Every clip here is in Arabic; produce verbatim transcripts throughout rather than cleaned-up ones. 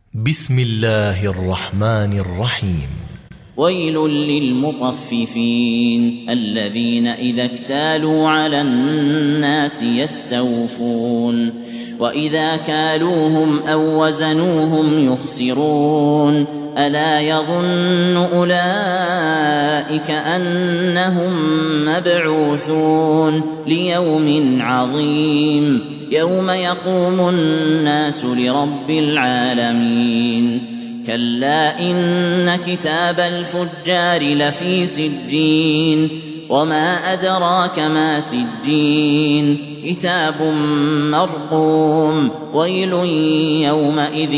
بسم الله الرحمن الرحيم. ويل للمطففين الذين إذا اكتالوا على الناس يستوفون وإذا كالوهم أو وزنوهم يخسرون ألا يظن أولئك أنهم مبعوثون ليوم عظيم يوم يقوم الناس لرب العالمين كلا إن كتاب الفجار لفي سجين وما أدراك ما سجين كتاب مرقوم ويل يومئذ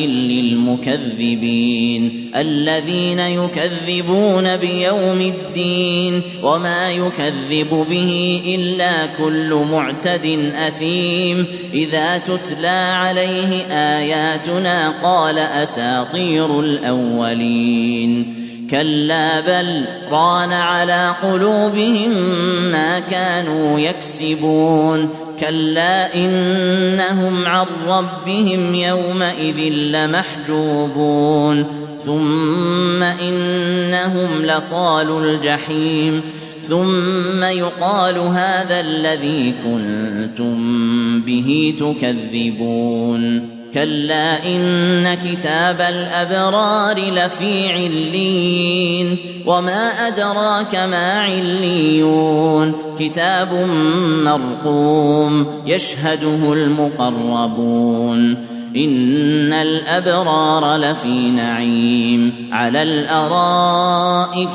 للمكذبين الذين يكذبون بيوم الدين وما يكذب به إلا كل معتد أثيم إذا تتلى عليه آياتنا قال أساطير الأولين كلا بل ران على قلوبهم ما كانوا يكسبون كلا إنهم عن ربهم يومئذ لمحجوبون ثم إنهم لصالو الجحيم ثم يقال هذا الذي كنتم به تكذبون كلا إن كتاب الأبرار لفي عليين وما أدراك ما عليون كتاب مرقوم يشهده المقربون إن الأبرار لفي نعيم على الأرائك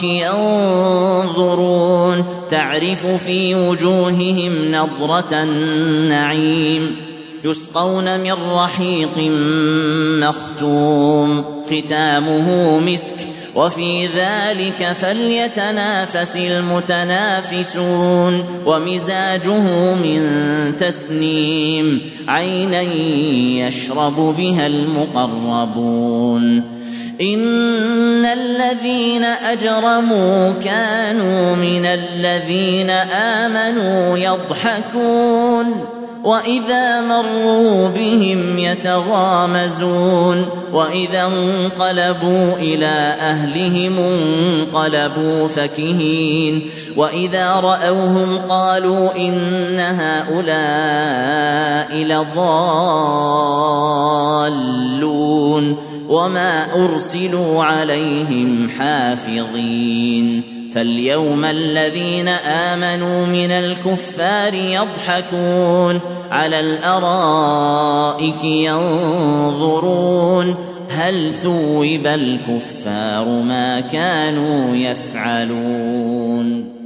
ينظرون تعرف في وجوههم نضرة النعيم يسقون من رحيق مختوم ختامه مسك وفي ذلك فليتنافس المتنافسون ومزاجه من تسنيم عينا يشرب بها المقربون إن الذين أجرموا كانوا من الذين آمنوا يضحكون وإذا مروا بهم يتغامزون وإذا انقلبوا إلى أهلهم انقلبوا فكهين وإذا رأوهم قالوا إن هؤلاء لضالون وما أرسلوا عليهم حافظين فاليوم الذين آمنوا من الكفار يضحكون على الأرائك ينظرون هل ثوب الكفار ما كانوا يفعلون.